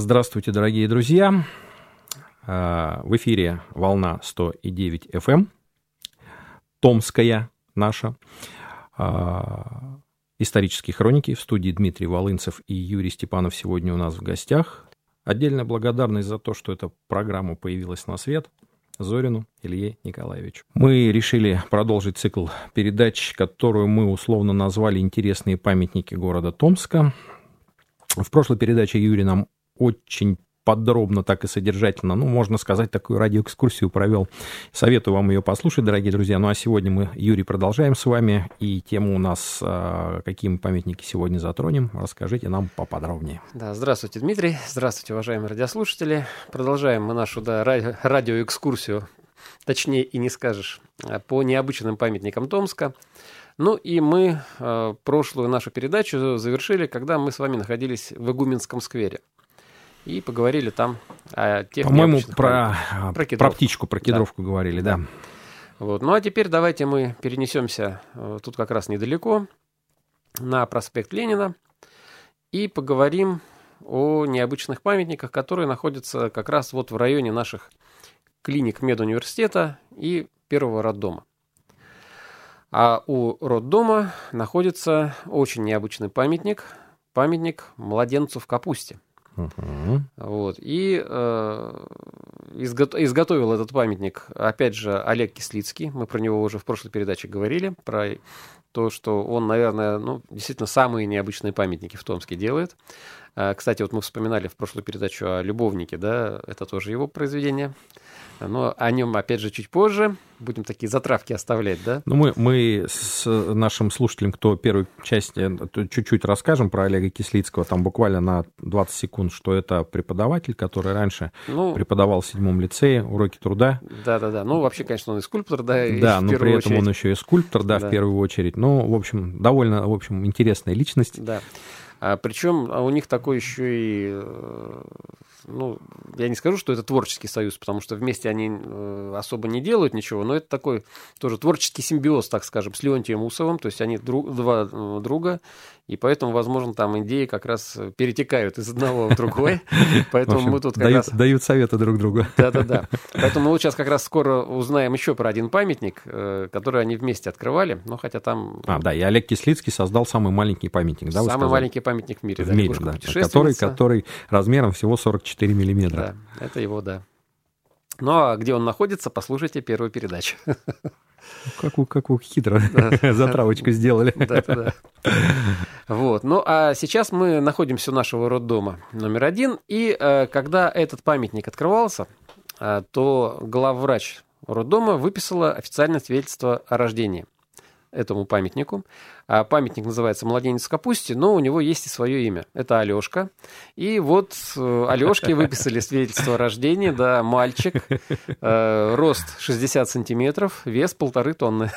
Здравствуйте, дорогие друзья. В эфире волна 100,9 FM, Томская наша. Исторические хроники. В студии Дмитрий Волынцев и Юрий Степанов сегодня у нас в гостях. Отдельная благодарность за то, что эта программа появилась на свет, Зорину Илье Николаевичу. Мы решили продолжить цикл передач, которую мы условно назвали «Интересные памятники города Томска». В прошлой передаче Юрий нам очень подробно, так и содержательно, можно сказать, такую радиоэкскурсию провел. Советую вам ее послушать, дорогие друзья. Ну а сегодня мы, Юрий, продолжаем с вами. И тему у нас, какие мы памятники сегодня затронем, расскажите нам поподробнее. Да, здравствуйте, Дмитрий. Здравствуйте, уважаемые радиослушатели. Продолжаем мы нашу радиоэкскурсию, точнее и не скажешь, по необычным памятникам Томска. Ну и мы прошлую нашу передачу завершили, когда мы с вами находились в Игуменском сквере. И поговорили там о тех... По-моему, про птичку, про кедровку говорили, да. Вот. Ну а теперь давайте мы перенесемся тут как раз недалеко, на проспект Ленина, и поговорим о необычных памятниках, которые находятся как раз вот в районе наших клиник медуниверситета и первого роддома. А у роддома находится очень необычный памятник младенцу в капусте. Вот. И изготовил этот памятник, опять же, Олег Кислицкий. Мы про него уже в прошлой передаче говорили, про то, что он, наверное, действительно самые необычные памятники в Томске делает. Кстати, вот мы вспоминали в прошлой передаче о любовнике, да, это тоже его произведение. Но о нем, опять же, чуть позже. Будем такие затравки оставлять, да? Ну, мы с нашим слушателем, кто первую часть, чуть-чуть расскажем про Олега Кислицкого, там буквально на 20 секунд, что это преподаватель, который раньше преподавал в 7-м лицее уроки труда. Да-да-да. Ну, вообще, конечно, он и скульптор, да, да, но при этом он еще и скульптор, да, в первую очередь. Ну, в общем, довольно, интересная личность. Да. Причем у них такой еще и, я не скажу, что это творческий союз, потому что вместе они особо не делают ничего, но это такой тоже творческий симбиоз, так скажем, с Леонтием Усовым, то есть они два друга, и поэтому, возможно, там идеи как раз перетекают из одного в другой, поэтому мы тут как раз... Дают советы друг другу. Да-да-да. Поэтому мы сейчас как раз скоро узнаем еще про один памятник, который они вместе открывали, но хотя там... да, и Олег Кислицкий создал самый маленький памятник, да, вы сказали? Самый маленький памятник в мире, да, который размером всего 44 миллиметра. Да, это его, да. Ну, а где он находится, послушайте первую передачу. Как вы хитро затравочку сделали. Да. Вот. Ну, а сейчас мы находимся у нашего роддома номер 1, и когда этот памятник открывался, то главврач роддома выписала официальное свидетельство о рождении этому памятнику. Памятник называется «Младенец в капусте», но у него есть и свое имя. Это Алешка. И вот Алешке выписали свидетельство о рождении, да, мальчик, рост 60 сантиметров, вес 1,5 тонны.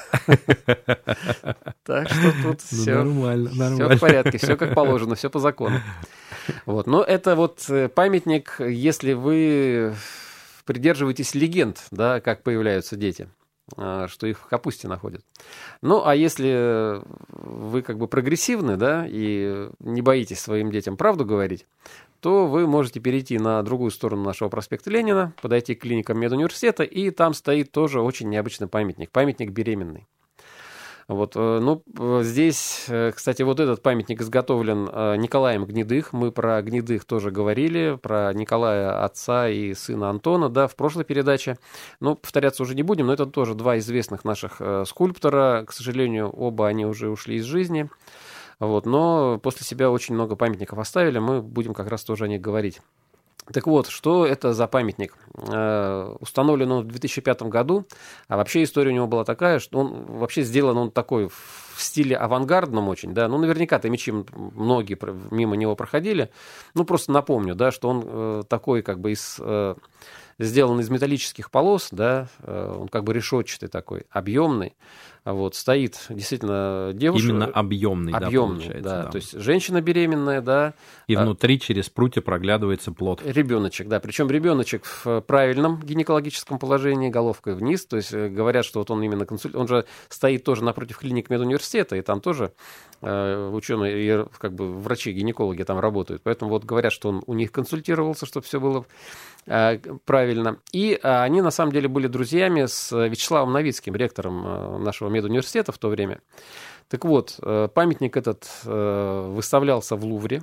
Так что тут все в порядке, все как положено, все по закону. Вот. Но это вот памятник, если вы придерживаетесь легенд, да, как появляются дети, что их в капусте находят. Ну, а если вы как бы прогрессивны, да, и не боитесь своим детям правду говорить, то вы можете перейти на другую сторону нашего проспекта Ленина, подойти к клиникам медуниверситета, и там стоит тоже очень необычный памятник беременный. Вот, здесь, кстати, вот этот памятник изготовлен Николаем Гнедых. Мы про Гнедых тоже говорили, про Николая, отца и сына Антона, да, в прошлой передаче. Повторяться уже не будем, но это тоже два известных наших скульптора. К сожалению, оба они уже ушли из жизни. Вот, но после себя очень много памятников оставили, мы будем как раз тоже о них говорить. Так вот, что это за памятник? Установлен он в 2005 году, а вообще история у него была такая, что он вообще сделан такой в стиле авангардном очень, да, наверняка мечи многие мимо него проходили, просто напомню, да, что он такой как бы сделан из металлических полос, да, он как бы решетчатый такой, объемный. Вот, стоит действительно девушка. Именно объемный, да, получается. Да. То есть женщина беременная, да. И внутри через прутья проглядывается плод. Ребеночек, да. Причем ребеночек в правильном гинекологическом положении, головкой вниз. То есть говорят, что вот он именно он же стоит тоже напротив клиник медуниверситета. медуниверситета, и там тоже ученые, как бы врачи-гинекологи там работают. Поэтому вот говорят, что он у них консультировался, чтобы все было правильно. И они, на самом деле, были друзьями с Вячеславом Новицким, ректором нашего медуниверситета в то время. Так вот, памятник этот выставлялся в Лувре,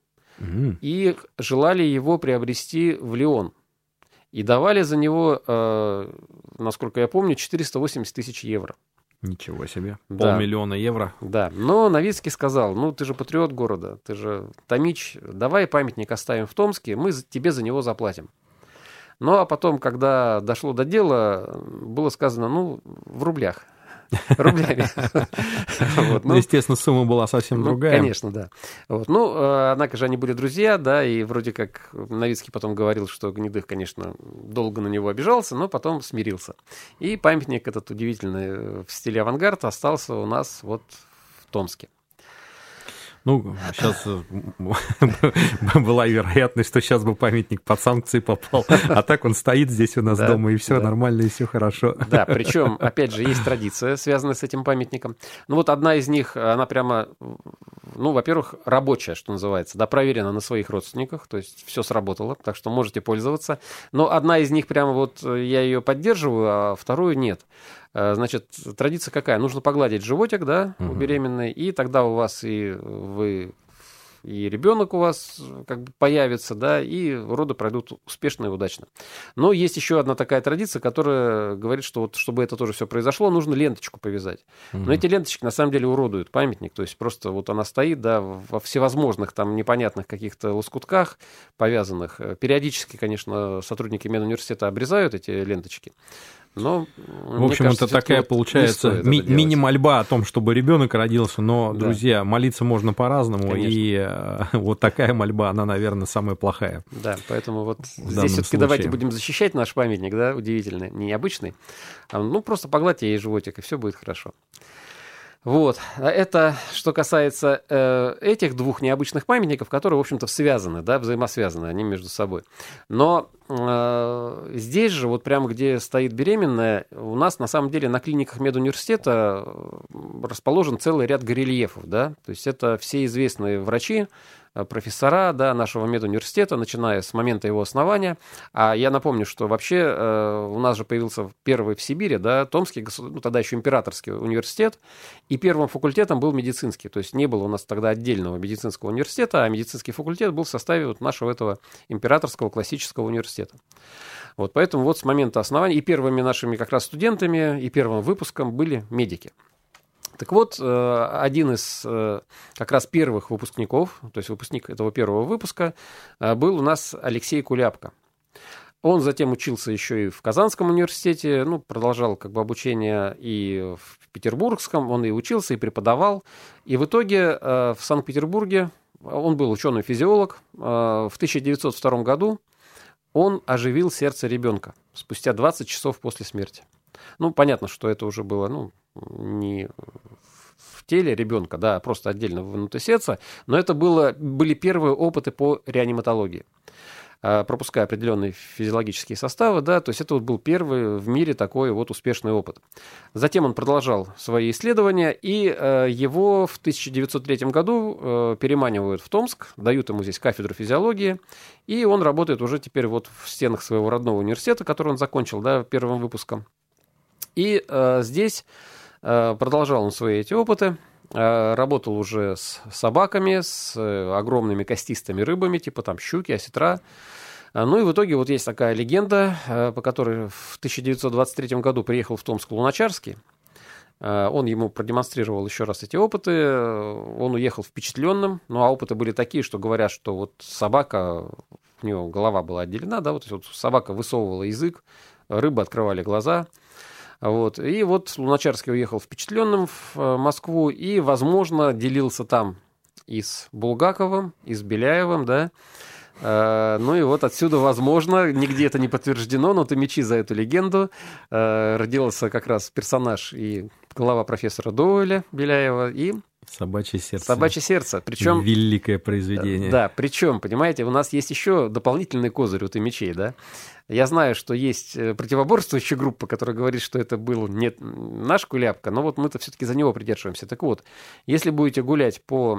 и желали его приобрести в Лион. И давали за него, насколько я помню, 480 тысяч евро. Ничего себе. Да. 500 000 евро. Да, но Новицкий сказал, ну, ты же патриот города, ты же томич, давай памятник оставим в Томске, мы тебе за него заплатим. Ну, а потом, когда дошло до дела, было сказано, ну, в рублях. Рублями. Ну, естественно, сумма была совсем другая. Конечно, да. Ну, однако же они были друзья, да, и вроде как Новицкий потом говорил, что Гнедых, конечно, долго на него обижался, но потом смирился. И памятник этот удивительный в стиле авангард остался у нас вот в Томске. Ну, сейчас была вероятность, что сейчас бы памятник под санкции попал, а так он стоит здесь у нас дома, и все нормально, и все хорошо. Да, причем, опять же, есть традиция, связанная с этим памятником. Ну, вот одна из них, она прямо, ну, во-первых, рабочая, что называется, да, проверена на своих родственниках, то есть все сработало, так что можете пользоваться. Но одна из них прямо вот, я ее поддерживаю, а вторую нет. Значит, традиция какая? Нужно погладить животик, да, у беременной, и тогда у вас и ребенок у вас как бы появится, да, и роды пройдут успешно и удачно. Но есть еще одна такая традиция, которая говорит, что вот, чтобы это тоже все произошло, нужно ленточку повязать. Но эти ленточки на самом деле уродуют памятник, то есть просто вот она стоит, да, во всевозможных там непонятных каких-то лоскутках повязанных. Периодически, конечно, сотрудники медуниверситета обрезают эти ленточки. Но, в общем, кажется, это такая вот получается мини-мольба о том, чтобы ребенок родился, но, да, друзья, молиться можно по-разному, конечно, и вот такая мольба, она, наверное, самая плохая. Да, поэтому вот здесь все-таки давайте будем защищать наш памятник, да, удивительный, необычный, ну, просто погладьте ей животик, и все будет хорошо. Вот, это что касается этих двух необычных памятников, которые, в общем-то, связаны, да, взаимосвязаны они между собой. Но здесь же, вот прямо где стоит беременная, у нас на самом деле на клиниках медуниверситета расположен целый ряд горельефов, да, то есть это все известные врачи, профессора, да, нашего медуниверситета, начиная с момента его основания. А я напомню, что вообще у нас же появился первый в Сибири, да, Томский, ну, тогда еще императорский университет, и первым факультетом был медицинский. То есть не было у нас тогда отдельного медицинского университета, а медицинский факультет был в составе вот нашего этого императорского классического университета. Вот, поэтому вот с момента основания и первыми нашими как раз студентами, и первым выпуском были медики. Так вот, один из как раз первых выпускников, то есть выпускник этого первого выпуска, был у нас Алексей Куляпко. Он затем учился еще и в Казанском университете, ну, продолжал как бы обучение и в Петербургском, он и учился, и преподавал. И в итоге в Санкт-Петербурге, он был ученый-физиолог, в 1902 году он оживил сердце ребенка спустя 20 часов после смерти. Ну, понятно, что это уже было, ну, не в теле ребенка, да, просто отдельно вынутое сердце, но это были первые опыты по реаниматологии, пропуская определенные физиологические составы, да, то есть это вот был первый в мире такой вот успешный опыт. Затем он продолжал свои исследования, и его в 1903 году переманивают в Томск, дают ему здесь кафедру физиологии, и он работает уже теперь вот в стенах своего родного университета, который он закончил, да, первым выпуском. И здесь продолжал он свои эти опыты, работал уже с собаками, с огромными костистыми рыбами, типа там щуки, осетра. Ну и в итоге вот есть такая легенда, по которой в 1923 году приехал в Томск Луначарский. Он ему продемонстрировал еще раз эти опыты, он уехал впечатленным, ну а опыты были такие, что говорят, что вот собака, у него голова была отделена, да, вот собака высовывала язык, рыбы открывали глаза. Вот. И вот Луначарский уехал впечатленным в Москву и, возможно, делился там и с Булгаковым, и с Беляевым, да. Ну и вот отсюда, возможно, нигде это не подтверждено, но томичи за эту легенду. Родился как раз персонаж и глава профессора Доуэля Беляева, и «Собачье сердце». «Собачье сердце». Причем, великое произведение. Да, причем, понимаете, у нас есть еще дополнительный козырь у Томичей, да. Я знаю, что есть противоборствующая группа, которая говорит, что это был не наш Куляпка, но вот мы-то все-таки за него придерживаемся. Так вот, если будете гулять по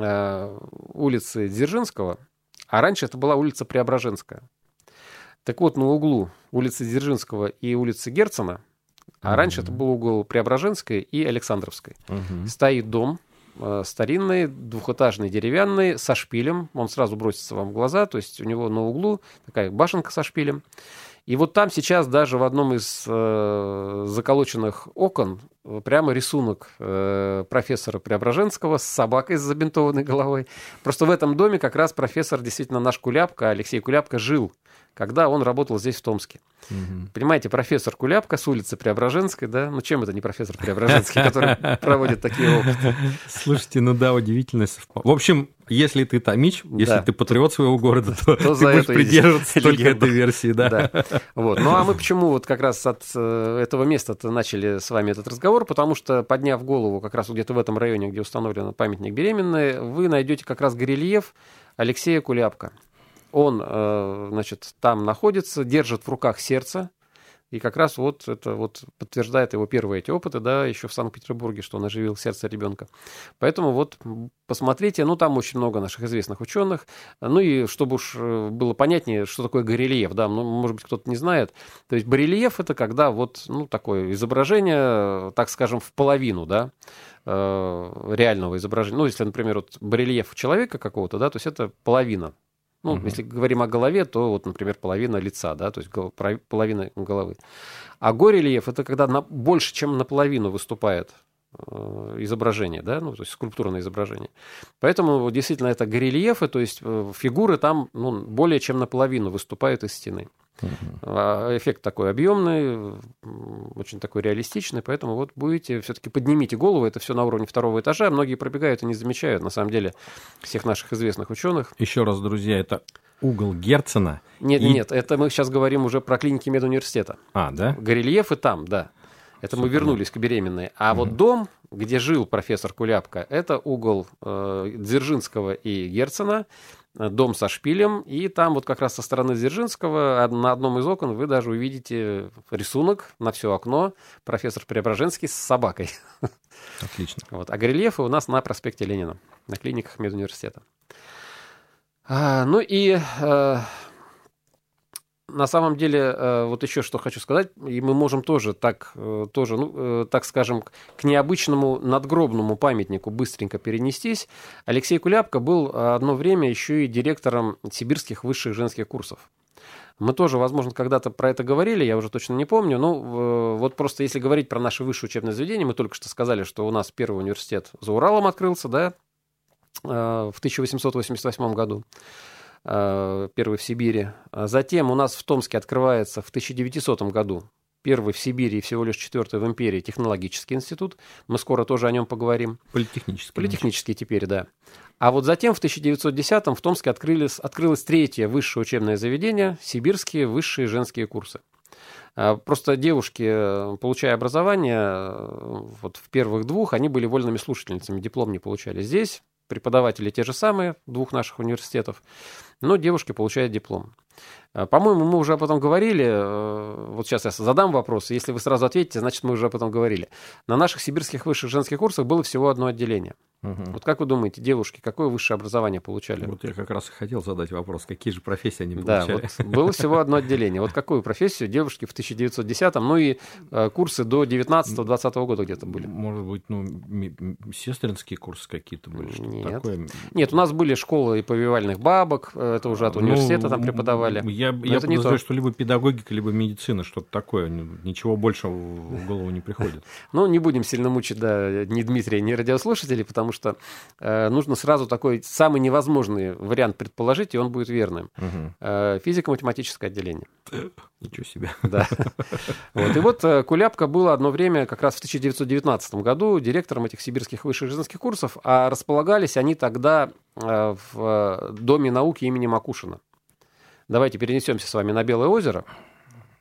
улице Дзержинского, а раньше это была улица Преображенская, так вот, на углу улицы Дзержинского и улицы Герцена, а раньше это был угол Преображенской и Александровской, стоит дом старинный, двухэтажный, деревянный, со шпилем. Он сразу бросится вам в глаза, то есть у него на углу такая башенка со шпилем. И вот там сейчас даже в одном из заколоченных окон прямо рисунок профессора Преображенского с собакой с забинтованной головой. Просто в этом доме как раз профессор, действительно наш Куляпка, Алексей Куляпка, жил, когда он работал здесь, в Томске. Понимаете, профессор Куляпка с улицы Преображенской, да? Ну, чем это не профессор Преображенский, который проводит такие опыты? Слушайте, ну да, удивительно. В общем, если ты томич, если ты патриот своего города, то ты будешь придерживаться только этой версии, да? Вот. Ну, а мы почему вот как раз от этого места-то начали с вами этот разговор? Потому что, подняв голову как раз где-то в этом районе, где установлен памятник беременной, вы найдете как раз горельеф Алексея Куляпка. Он, значит, там находится, держит в руках сердце, и как раз вот это вот подтверждает его первые эти опыты, да, еще в Санкт-Петербурге, что он оживил сердце ребенка. Поэтому вот посмотрите, ну, там очень много наших известных ученых, ну, и чтобы уж было понятнее, что такое горельеф, да, ну, может быть, кто-то не знает, то есть барельеф — это когда вот, ну, такое изображение, так скажем, в половину, да, реального изображения. Ну, если, например, вот барельеф человека какого-то, да, то есть это половина. Ну, если говорим о голове, то вот, например, половина лица, да, то есть половина головы. А горельеф — это когда больше, чем наполовину выступает изображение, да, ну, то есть скульптурное изображение. Поэтому действительно это горельефы, то есть фигуры там, ну, более чем наполовину выступают из стены. Эффект такой объемный, очень такой реалистичный, поэтому вот будете, все-таки поднимите голову, это все на уровне второго этажа, многие пробегают и не замечают, на самом деле, всех наших известных ученых. Еще раз, друзья, это угол Герцена. Нет, это мы сейчас говорим уже про клиники медуниверситета. Да? Горельефы там, да. Это мы вернулись к беременной. А вот дом, где жил профессор Куляпка, это угол Дзержинского и Герцена, дом со шпилем, и там вот как раз со стороны Дзержинского на одном из окон вы даже увидите рисунок на все окно, профессор Преображенский с собакой. Отлично. Вот. А горельефы у нас на проспекте Ленина, на клиниках медуниверситета. Ну и на самом деле, вот еще что хочу сказать, и мы можем тоже, так скажем, к необычному надгробному памятнику быстренько перенестись. Алексей Куляпка был одно время еще и директором сибирских высших женских курсов. Мы тоже, возможно, когда-то про это говорили, я уже точно не помню. Ну, вот просто если говорить про наши высшие учебные заведения, мы только что сказали, что у нас первый университет за Уралом открылся, да, в 1888 году. Первый в Сибири. Затем у нас в Томске открывается в 1900 году первый в Сибири и всего лишь четвертый в империи технологический институт. Мы скоро тоже о нем поговорим. Политехнический теперь, да. А вот затем в 1910-м в Томске открылось третье высшее учебное заведение — сибирские высшие женские курсы. Просто девушки, получая образование, вот в первых двух, они были вольными слушательницами, диплом не получали. Здесь преподаватели те же самые, двух наших университетов, но девушки получают диплом. По-моему, мы уже об этом говорили. Вот сейчас я задам вопрос. Если вы сразу ответите, значит, мы уже об этом говорили. На наших сибирских высших женских курсах было всего одно отделение. Вот как вы думаете, девушки, какое высшее образование получали? Вот я как раз и хотел задать вопрос, какие же профессии они получали. Да, вот было всего одно отделение. Вот какую профессию девушки в 1910-м, ну и курсы до 19-20 года где-то были? Может быть, сестринские курсы какие-то были? Нет, у нас были школы и повивальных бабок, это уже от университета там преподавали. Я подозреваю, что либо педагогика, либо медицина, что-то такое. Ничего большего в голову не приходит. Ну, не будем сильно мучить, да, ни Дмитрия, ни радиослушателей, потому что нужно сразу такой самый невозможный вариант предположить, и он будет верным. Физико-математическое отделение. Ничего себе. Да. Вот. И вот Куляпка был одно время, как раз в 1919 году, директором этих сибирских высших женских курсов, а располагались они тогда в Доме науки имени Макушина. Давайте перенесемся с вами на Белое озеро.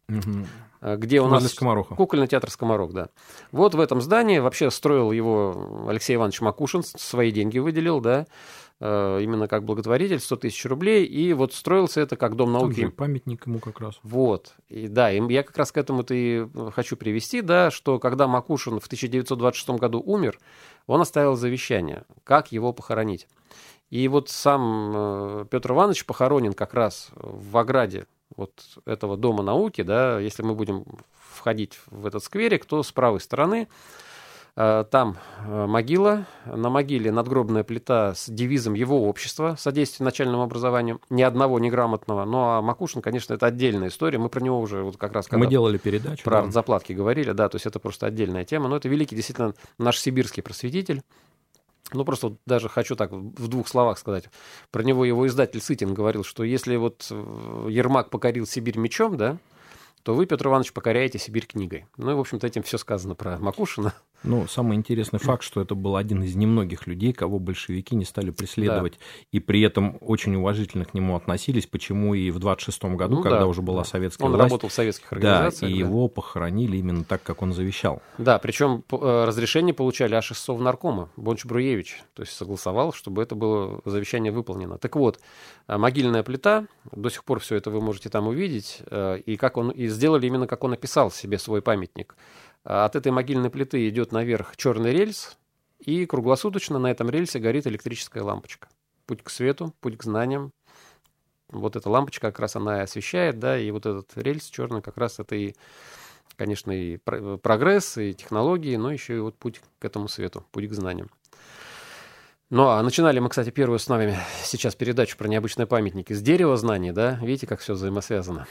где у нас кукольный театр «Скоморох», да. Вот в этом здании вообще строил его Алексей Иванович Макушин, свои деньги выделил, да, именно как благотворитель, 100 тысяч рублей, и вот строился это как Дом науки. Там же памятник ему как раз. Вот, и да, и я как раз к этому-то и хочу привести, да, что когда Макушин в 1926 году умер, он оставил завещание, как его похоронить. И вот сам Петр Иванович похоронен как раз в ограде вот этого Дома науки, да, если мы будем входить в этот скверик, то с правой стороны там могила, на могиле надгробная плита с девизом его общества «Содействие начальному образованию», ни одного неграмотного. Ну, а Макушин, конечно, это отдельная история, мы про него уже вот как раз мы делали передачу. Про артзаплатки говорили, да, то есть это просто отдельная тема, но это великий действительно наш сибирский просветитель. Ну, просто вот даже хочу так в двух словах сказать. Про него его издатель Сытин говорил, что если вот Ермак покорил Сибирь мечом, да, то вы, Петр Иванович, покоряете Сибирь книгой. Ну и, в общем-то, этим все сказано про Макушина. Ну, самый интересный факт, что это был один из немногих людей, кого большевики не стали преследовать, и при этом очень уважительно к нему относились, почему и в 26-м году, когда уже была советская власть. Он работал в советских организациях. Да, и его похоронили именно так, как он завещал. Да, причем разрешение получали аж из Совнаркома, Бонч-Бруевич, то есть согласовал, чтобы это было завещание выполнено. Так вот, могильная плита, до сих пор все это вы можете там увидеть, и как он и сделали именно, как он описал себе свой памятник. От этой могильной плиты идет наверх черный рельс, и круглосуточно на этом рельсе горит электрическая лампочка. Путь к свету, путь к знаниям. Вот эта лампочка как раз она и освещает, да, и вот этот рельс черный как раз это и, конечно, и прогресс, и технологии, но еще и вот путь к этому свету, путь к знаниям. Ну, а начинали мы, кстати, первую с вами сейчас передачу про необычные памятники с дерева знаний, да, видите, как все взаимосвязано.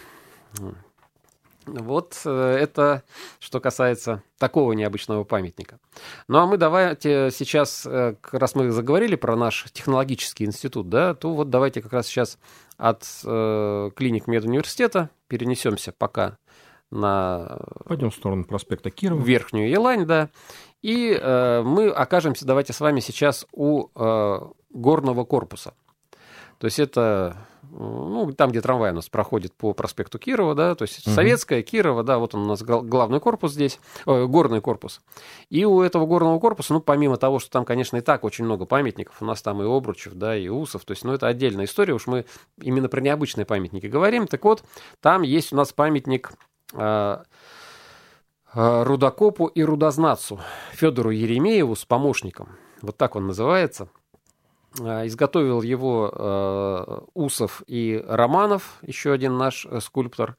Вот это что касается такого необычного памятника. Ну, а мы давайте сейчас, раз мы заговорили про наш технологический институт, да, то вот давайте как раз сейчас от клиник медуниверситета перенесемся пока пойдем в сторону проспекта Кирова. Верхнюю Елань, да. И мы окажемся, давайте с вами сейчас у горного корпуса. То есть это, ну, там, где трамвай у нас проходит по проспекту Кирова, да, то есть Советская, Кирова, да, вот он у нас главный корпус здесь, горный корпус. И у этого горного корпуса, ну, помимо того, что там, конечно, и так очень много памятников, у нас там и Обручев, да, и Усов, то есть, ну, это отдельная история, уж мы именно про необычные памятники говорим. Так вот, там есть у нас памятник рудокопу и рудознатцу Федору Еремееву с помощником, вот так он называется. Изготовил его Усов и Романов, еще один наш скульптор.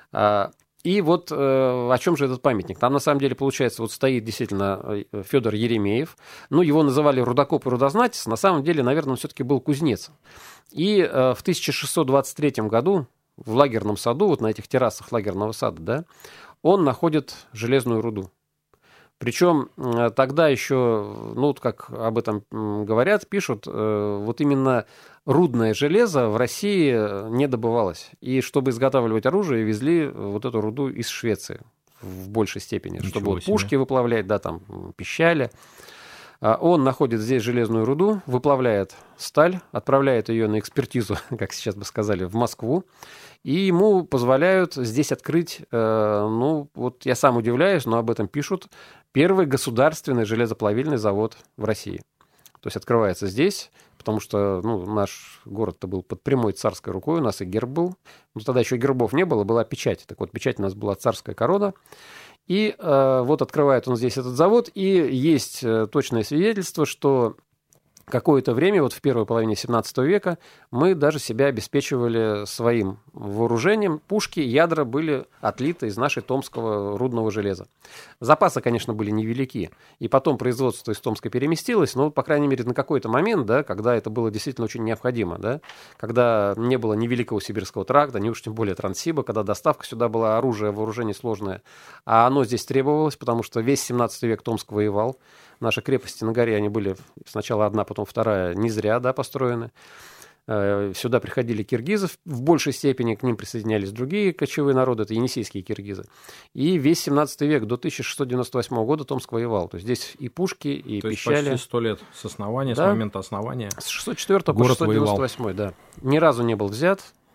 И вот о чем же этот памятник? Там на самом деле, получается, вот стоит действительно Федор Еремеев. Ну, его называли рудокоп и рудознатец. На самом деле, наверное, он все-таки был кузнец. И в 1623 году в лагерном саду, вот на этих террасах лагерного сада, да, он находит железную руду. Причем тогда еще, ну, как об этом говорят, пишут, вот именно рудное железо в России не добывалось. И чтобы изготавливать оружие, везли вот эту руду из Швеции в большей степени. Ничего чтобы вот себе. Пушки выплавлять, да, там пищали. Он находит здесь железную руду, выплавляет сталь, отправляет ее на экспертизу, как сейчас бы сказали, в Москву. И ему позволяют здесь открыть, ну, вот я сам удивляюсь, но об этом пишут, первый государственный железоплавильный завод в России. То есть открывается здесь, потому что, ну, наш город-то был под прямой царской рукой, у нас и герб был. Ну, тогда еще гербов не было, была печать. Так вот, печать у нас была царская корона. И вот открывает он здесь этот завод, и есть точное свидетельство, что какое-то время, вот в первой половине 17 века, мы даже себя обеспечивали своим вооружением. Пушки, ядра были отлиты из нашей томского рудного железа. Запасы, конечно, были невелики. И потом производство из Томска переместилось, но, по крайней мере, на какой-то момент, да, когда это было действительно очень необходимо, да, когда не было ни Великого Сибирского тракта, ни уж тем более Транссиба, когда доставка сюда была оружие, вооружение сложное, а оно здесь требовалось, потому что весь 17 век Томск воевал. Наши крепости на горе, они были сначала одна, потом вторая, не зря, да, построены. Сюда приходили киргизы, в большей степени к ним присоединялись другие кочевые народы, это енисейские киргизы. И весь 17 век, до 1698 года Томск воевал. То есть здесь и пушки, и то пищали. Есть почти 100 лет с основания, да? с момента основания. С 604 по 698, да. Ни разу не был взят.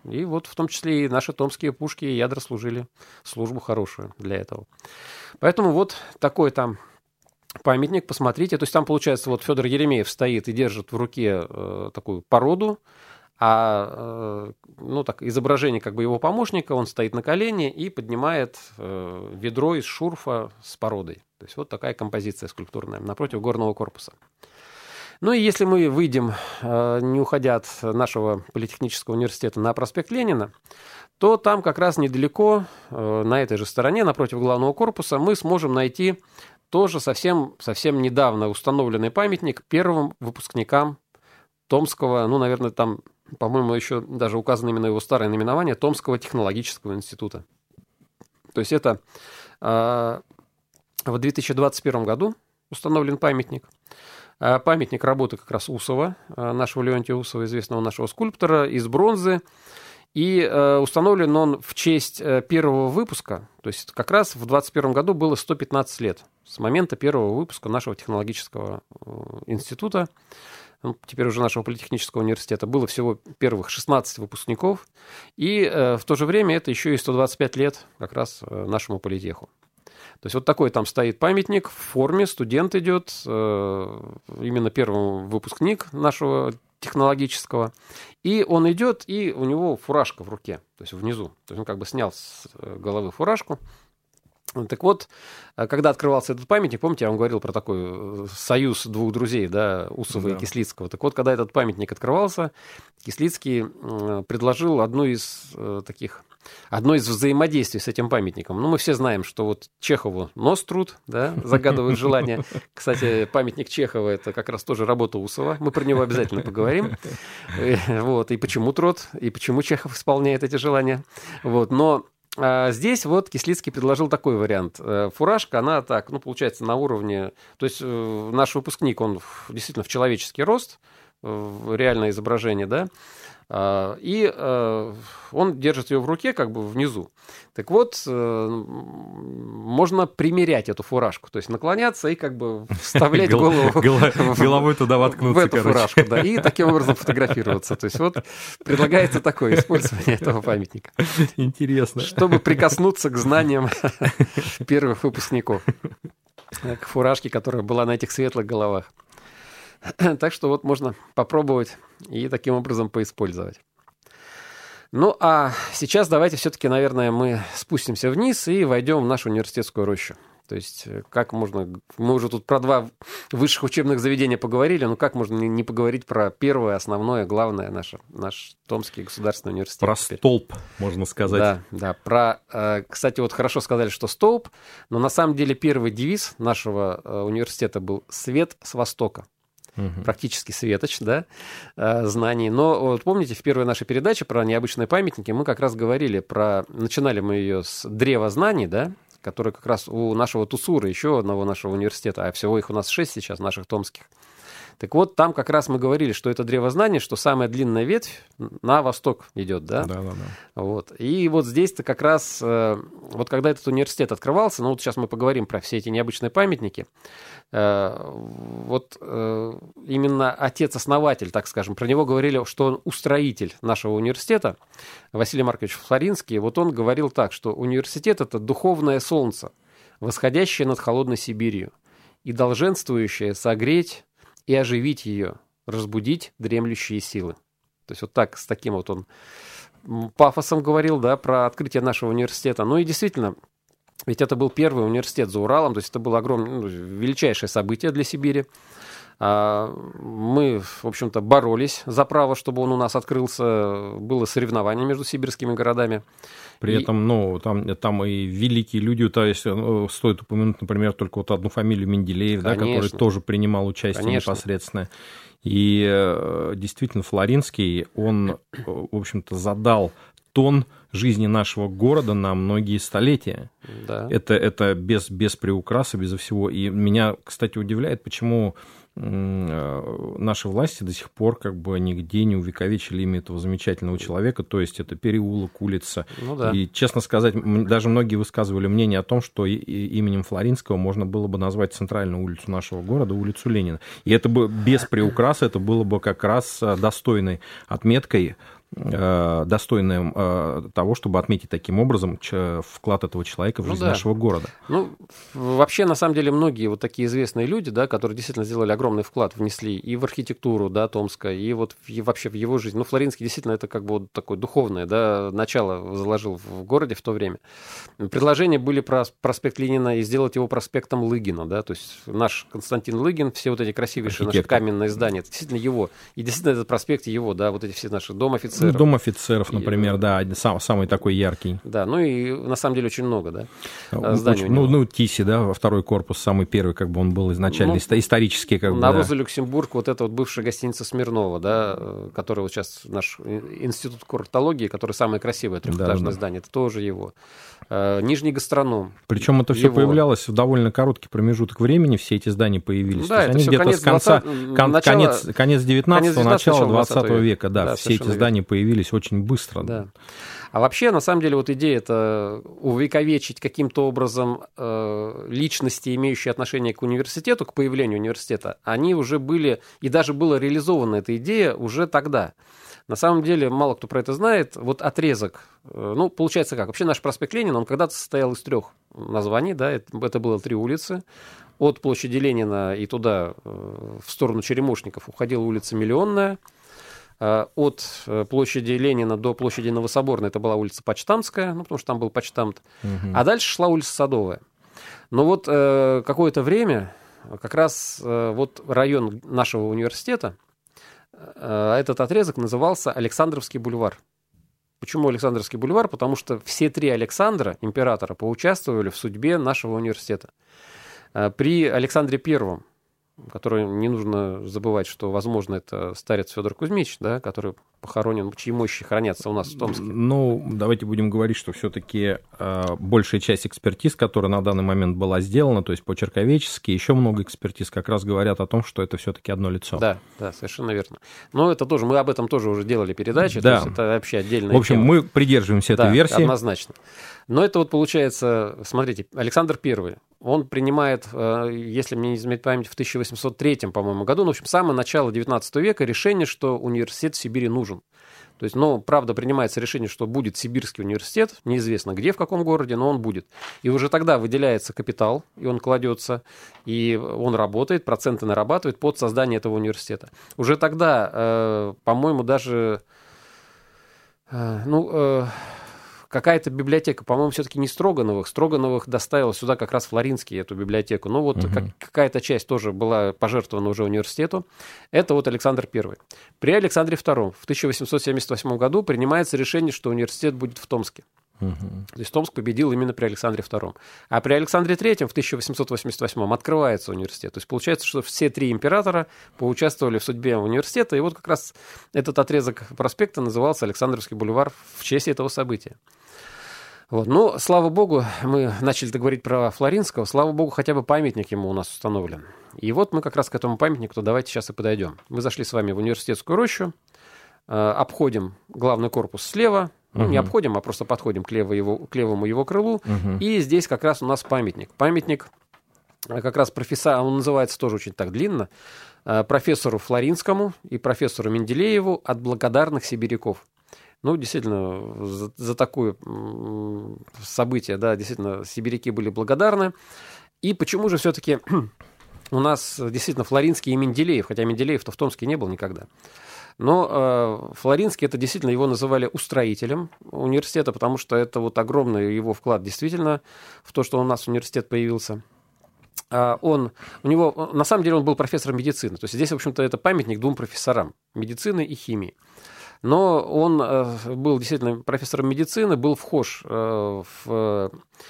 И вот в том числе и наши томские пушки и ядра служили службу хорошую для этого. Поэтому вот такой там памятник, посмотрите. То есть там, получается, вот Федор Еремеев стоит и держит в руке такую породу, ну, так, изображение как бы его помощника, он стоит на колене и поднимает ведро из шурфа с породой. То есть вот такая композиция скульптурная напротив горного корпуса. Ну и если мы выйдем, не уходя от нашего политехнического университета, на проспект Ленина, то там как раз недалеко, на этой же стороне, напротив главного корпуса, мы сможем найти тоже совсем недавно установленный памятник первым выпускникам Томского, ну, наверное, там, по-моему, еще даже указано именно его старое наименование, Томского технологического института. То есть это в 2021 году установлен памятник. Памятник работы как раз Усова, нашего Леонтия Усова, известного нашего скульптора, из бронзы. И установлен он в честь первого выпуска, то есть как раз в 2021 году было 115 лет с момента первого выпуска нашего технологического института, теперь уже нашего политехнического университета. Было всего первых 16 выпускников, и в то же время это еще и 125 лет как раз нашему политеху. То есть вот такой там стоит памятник в форме, студент идет, именно первый выпускник нашего технологического, и он идет, и у него фуражка в руке, то есть внизу. То есть он как бы снял с головы фуражку. Так вот, когда открывался этот памятник, помните, я вам говорил про такой союз двух друзей, да, Усова и Кислицкого. Так вот, когда этот памятник открывался, Кислицкий предложил одно из взаимодействий с этим памятником. Ну, мы все знаем, что вот Чехову нос трут, да, загадывают желание. Кстати, памятник Чехова — это как раз тоже работа Усова. Мы про него обязательно поговорим. Вот, и почему трут, и почему Чехов исполняет эти желания. Вот, но здесь вот Кислицкий предложил такой вариант. Фуражка, она так, ну, получается, на уровне... То есть наш выпускник, он действительно в человеческий рост, реальное изображение, да, и он держит ее в руке как бы внизу. Так вот, можно примерять эту фуражку, то есть наклоняться и как бы вставлять голову головой туда воткнуться, в эту фуражку, да, и таким образом фотографироваться. То есть вот предлагается такое использование этого памятника. Интересно. Чтобы прикоснуться к знаниям первых выпускников, к фуражке, которая была на этих светлых головах. Так что вот можно попробовать и таким образом поиспользовать. Ну, а сейчас давайте все-таки, наверное, мы спустимся вниз и войдем в нашу университетскую рощу. То есть, как можно... Мы уже тут про два высших учебных заведения поговорили, но как можно не поговорить про первое, основное, главное наш Томский государственный университет? Про теперь. Столб, можно сказать. Да. Кстати, вот хорошо сказали, что столб, но на самом деле первый девиз нашего университета был «Свет с востока». Практически светоч, да, знаний. Но вот помните, в первой нашей передаче про необычные памятники мы как раз говорили начинали мы ее с древа знаний, да, которое как раз у нашего ТУСУРа, еще одного нашего университета, а всего их у нас 6 сейчас, наших томских. Так вот, там как раз мы говорили, что это древо знаний, что самая длинная ветвь на восток идет, да? Да. Вот. И вот здесь-то как раз, вот когда этот университет открывался, ну вот сейчас мы поговорим про все эти необычные памятники, вот именно отец-основатель, так скажем, про него говорили, что он устроитель нашего университета, Василий Маркович Флоринский, вот он говорил так, что университет — это духовное солнце, восходящее над холодной Сибирью и долженствующее согреть и оживить ее, разбудить дремлющие силы. То есть вот так, с таким вот он пафосом говорил, да, про открытие нашего университета. Ну и действительно, ведь это был первый университет за Уралом, то есть это было величайшее событие для Сибири. Мы, в общем-то, боролись за право, чтобы он у нас открылся. Было соревнование между сибирскими городами. При этом, ну, там и великие люди, то есть стоит упомянуть, например, только вот одну фамилию Менделеев, да, который тоже принимал участие непосредственно. И действительно, Флоринский, он, в общем-то, задал тон жизни нашего города на многие столетия. Да. Это без приукраса, безо всего. И меня, кстати, удивляет, почему наши власти до сих пор как бы нигде не увековечили имя этого замечательного человека, то есть это переулок, улица. Ну, да. И, честно сказать, даже многие высказывали мнение о том, что именем Флоринского можно было бы назвать центральную улицу нашего города, улицу Ленина. И это бы без приукраса, это было бы как раз достойной отметкой достойное того, чтобы отметить таким образом вклад этого человека в жизнь нашего города. Ну, вообще, на самом деле, многие вот такие известные люди, да, которые действительно сделали огромный вклад, внесли и в архитектуру, да, Томска, и вот вообще в его жизнь. Ну, Флоринский действительно это как бы вот такое духовное, да, начало заложил в городе в то время. Предложения были про проспект Ленина и сделать его проспектом Лыгина, да, то есть наш Константин Лыгин, все вот эти красивейшие наши каменные здания, это действительно его, и действительно этот проспект его, да, вот эти все наши Дом офицеров. Дом офицеров, например, да, самый такой яркий. Да, ну и на самом деле очень много, да, зданий. Ну, Тиси, да, во второй корпус, самый первый, как бы он был изначально, исторический, как бы. На Роза Люксембург, вот это вот бывшая гостиница Смирнова, да, которая вот сейчас наш институт курортологии, который самое красивое трехэтажное здание, это тоже его. Нижний гастроном. Причем это все появлялось в довольно короткий промежуток времени, все эти здания появились. Да, это они где-то с конца, конец 19-го, начало 20 века, да, все эти здания появились очень быстро. Да. А вообще, на самом деле, вот идея это увековечить каким-то образом личности, имеющие отношение к университету, к появлению университета, они уже были, и даже была реализована эта идея уже тогда. На самом деле, мало кто про это знает. Вот отрезок, ну, получается как? Вообще наш проспект Ленина, он когда-то состоял из 3 названий, да, это было 3 улицы. От площади Ленина и туда, в сторону Черемушников, уходила улица Миллионная. От площади Ленина до площади Новособорной это была улица Почтамтская, ну, потому что там был почтамт. А дальше шла улица Садовая. Но вот какое-то время как раз вот район нашего университета, этот отрезок назывался Александровский бульвар. Почему Александровский бульвар? Потому что все 3 Александра, императора, поучаствовали в судьбе нашего университета. При Александре Первом, который, не нужно забывать, что, возможно, это старец Федор Кузьмич, да, который похоронен, чьи мощи хранятся у нас в Томске. Ну, давайте будем говорить, что все-таки большая часть экспертиз, которая на данный момент была сделана, то есть почерковедчески, еще много экспертиз как раз говорят о том, что это все-таки одно лицо. Да, да, совершенно верно. Но это тоже, мы об этом тоже уже делали передачи, да. То есть это вообще отдельная В общем, тема. мы придерживаемся этой версии. Однозначно. Но это вот получается, смотрите, Александр I, он принимает, если мне не изменяет память, в 1803, по-моему, году, ну, в общем, самое начало 19 века, решение, что университет в Сибири нужен. То есть, ну, правда, принимается решение, что будет Сибирский университет, неизвестно где, в каком городе, но он будет. И уже тогда выделяется капитал, и он кладется, и он работает, проценты нарабатывает под создание этого университета. Уже тогда, по-моему, даже, какая-то библиотека, по-моему, все-таки не Строгановых. Строгановых доставил сюда как раз Флоринский эту библиотеку. Ну вот какая-то часть тоже была пожертвована уже университету. Это вот Александр I. При Александре II в 1878 году принимается решение, что университет будет в Томске. То есть Томск победил именно при Александре II. А при Александре III в 1888 открывается университет. То есть получается, что все 3 императора поучаствовали в судьбе университета. И вот как раз этот отрезок проспекта назывался Александровский бульвар в честь этого события. Вот. Ну, слава богу, мы начали говорить про Флоринского, слава богу, хотя бы памятник ему у нас установлен. И вот мы как раз к этому памятнику, давайте сейчас и подойдем. Мы зашли с вами в университетскую рощу, обходим главный корпус слева, ну, не обходим, а просто подходим к левому его крылу, и здесь как раз у нас памятник. Памятник как раз он называется тоже очень так длинно, профессору Флоринскому и профессору Менделееву от благодарных сибиряков. Ну, действительно, за такое событие, да, действительно, сибиряки были благодарны. И почему же все-таки у нас действительно Флоринский и Менделеев, хотя Менделеев-то в Томске не был никогда. Но Флоринский, это действительно, его называли устроителем университета, потому что это вот огромный его вклад действительно в то, что у нас университет появился. На самом деле он был профессором медицины. То есть здесь, в общем-то, это памятник 2 профессорам медицины и химии. Но он был действительно профессором медицины, был вхож в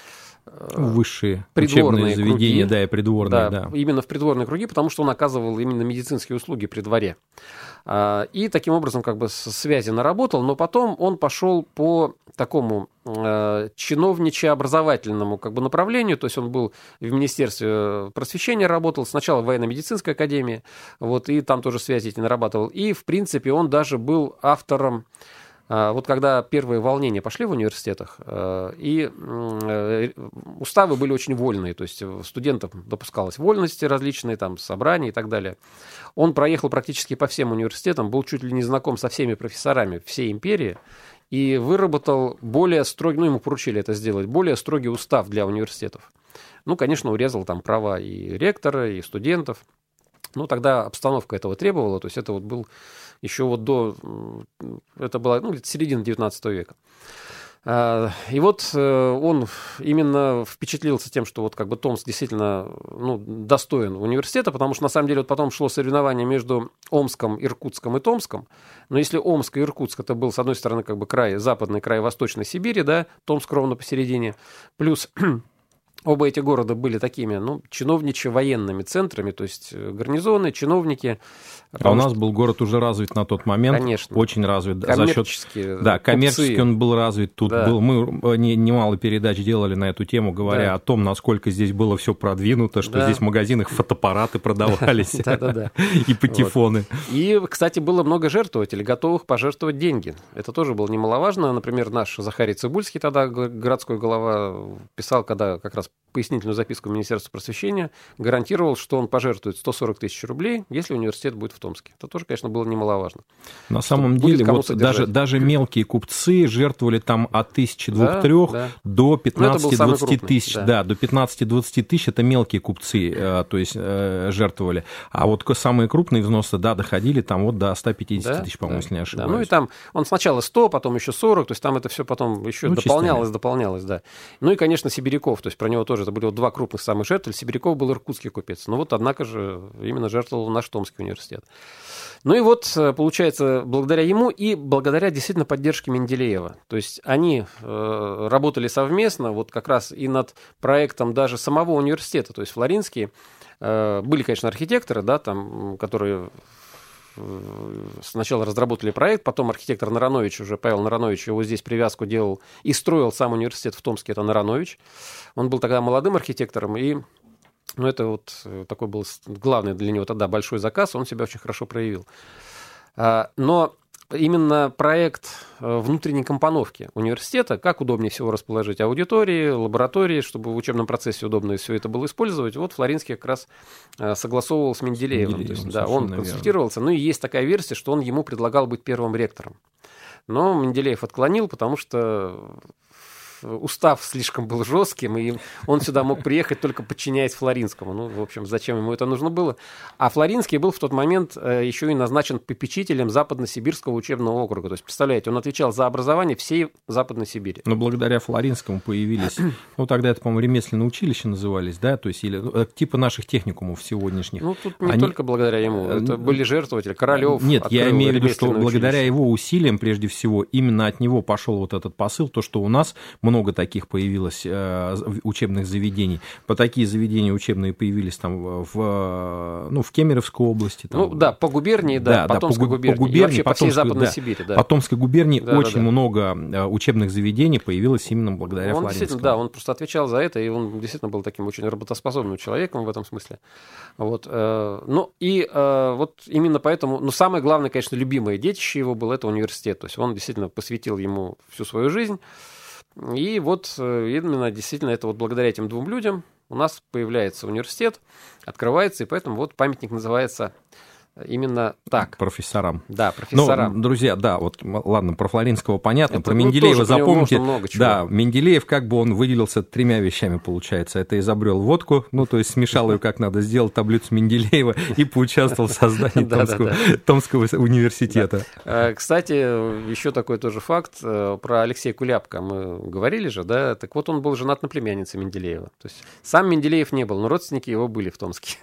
высшие учебные заведения, круги, да, и придворные. Да, именно в придворные круги, потому что он оказывал именно медицинские услуги при дворе. И таким образом как бы связи наработал, но потом он пошел по такому чиновниче-образовательному как бы направлению, то есть он был в Министерстве просвещения, работал сначала в военно-медицинской академии, вот, и там тоже связи эти нарабатывал. И, в принципе, он даже был автором Вот когда первые волнения пошли в университетах, и уставы были очень вольные, то есть студентам допускалось вольности различные, там, собрания и так далее. Он проехал практически по всем университетам, был чуть ли не знаком со всеми профессорами всей империи, и выработал более строгий, ему поручили это сделать, более строгий устав для университетов. Конечно, урезал там права и ректора, и студентов. Тогда обстановка этого требовала, то есть это был еще это была середина XIX века. И он именно впечатлился тем, что Томск действительно достоин университета, потому что на самом деле потом шло соревнование между Омском, Иркутском и Томском. Но если Омск и Иркутск это был, с одной стороны, край, западный край Восточной Сибири, да, Томск ровно посередине, плюс оба эти города были такими, чиновничьи-военными центрами, то есть гарнизоны, чиновники. А у нас был город уже развит на тот момент. Конечно. Очень развит. Коммерчески. Да, коммерчески он был развит. Тут мы немало передач делали на эту тему, говоря о том, насколько здесь было все продвинуто, что здесь в магазинах фотоаппараты продавались и патефоны. И, кстати, было много жертвователей, готовых пожертвовать деньги. Это тоже было немаловажно. Например, наш Захарий Цыбульский, тогда городской глава, писал, когда как раз пояснительную записку Министерства просвещения, гарантировал, что он пожертвует 140 тысяч рублей, если университет будет в Томске. Это тоже, конечно, было немаловажно. На самом деле, даже мелкие купцы жертвовали там от 1002-3 до 15-20 тысяч. Да, до 15-20 тысяч это мелкие купцы, то есть жертвовали. А самые крупные взносы, доходили там до 150 тысяч, по-моему, если не ошибаюсь. И там он сначала 100, потом еще 40, то есть там это все потом еще дополнялось, да. И, конечно, Сибиряков, то есть про него тоже это были два крупных самых жертвователя. Сибиряков был иркутский купец. Однако же, именно жертвовал наш Томский университет. Получается, благодаря ему и благодаря действительно поддержке Менделеева. То есть они работали совместно, как раз и над проектом даже самого университета. То есть Флоринские были, конечно, архитекторы, которые сначала разработали проект, потом архитектор Наранович, уже Павел Наранович, его здесь привязку делал и строил сам университет в Томске, это Наранович. Он был тогда молодым архитектором, и это такой был главный для него тогда большой заказ, он себя очень хорошо проявил. Но именно проект внутренней компоновки университета, как удобнее всего расположить аудитории, лаборатории, чтобы в учебном процессе удобно все это было использовать, Флоринский как раз согласовывал с Менделеевым. То есть, он консультировался. И есть такая версия, что он ему предлагал быть первым ректором. Но Менделеев отклонил, потому что устав слишком был жестким, и он сюда мог приехать только подчиняясь Флоринскому. В общем, зачем ему это нужно было? А Флоринский был в тот момент еще и назначен попечителем Западно-Сибирского учебного округа. То есть, представляете, он отвечал за образование всей Западной Сибири. Но благодаря Флоринскому появились, тогда это, по-моему, ремесленные училища назывались, да, то есть, или типа наших техникумов сегодняшних. Тут не только благодаря ему, это были жертвователи, Королёв. Нет, я имею в виду, что благодаря его усилиям, прежде всего, именно от него пошел этот посыл, то, что у нас много таких появилось учебных заведений. Такие заведения учебные появились там в Кемеровской области. Там, по губернии, по Томской губернии, и вообще по всей Западной Сибири. По Томской губернии очень много учебных заведений появилось именно благодаря Флоринскому. Да, он просто отвечал за это, и он действительно был таким очень работоспособным человеком в этом смысле. Именно поэтому, самое главное, конечно, любимое детище его было это университет. То есть он действительно посвятил ему всю свою жизнь. И именно действительно это благодаря этим двум людям у нас появляется университет, открывается, и поэтому памятник называется именно так. Профессорам. Да, профессорам. Друзья, ладно, про Флоринского понятно, про Менделеева запомните. Менделеев он выделился 3 вещами, получается. Это изобрел водку, то есть смешал ее как надо, сделал таблицу Менделеева и поучаствовал в создании Томского университета. Кстати, еще такой тоже факт про Алексея Куляпка. Мы говорили же, да? Так он был женат на племяннице Менделеева. То есть сам Менделеев не был, но родственники его были в Томске.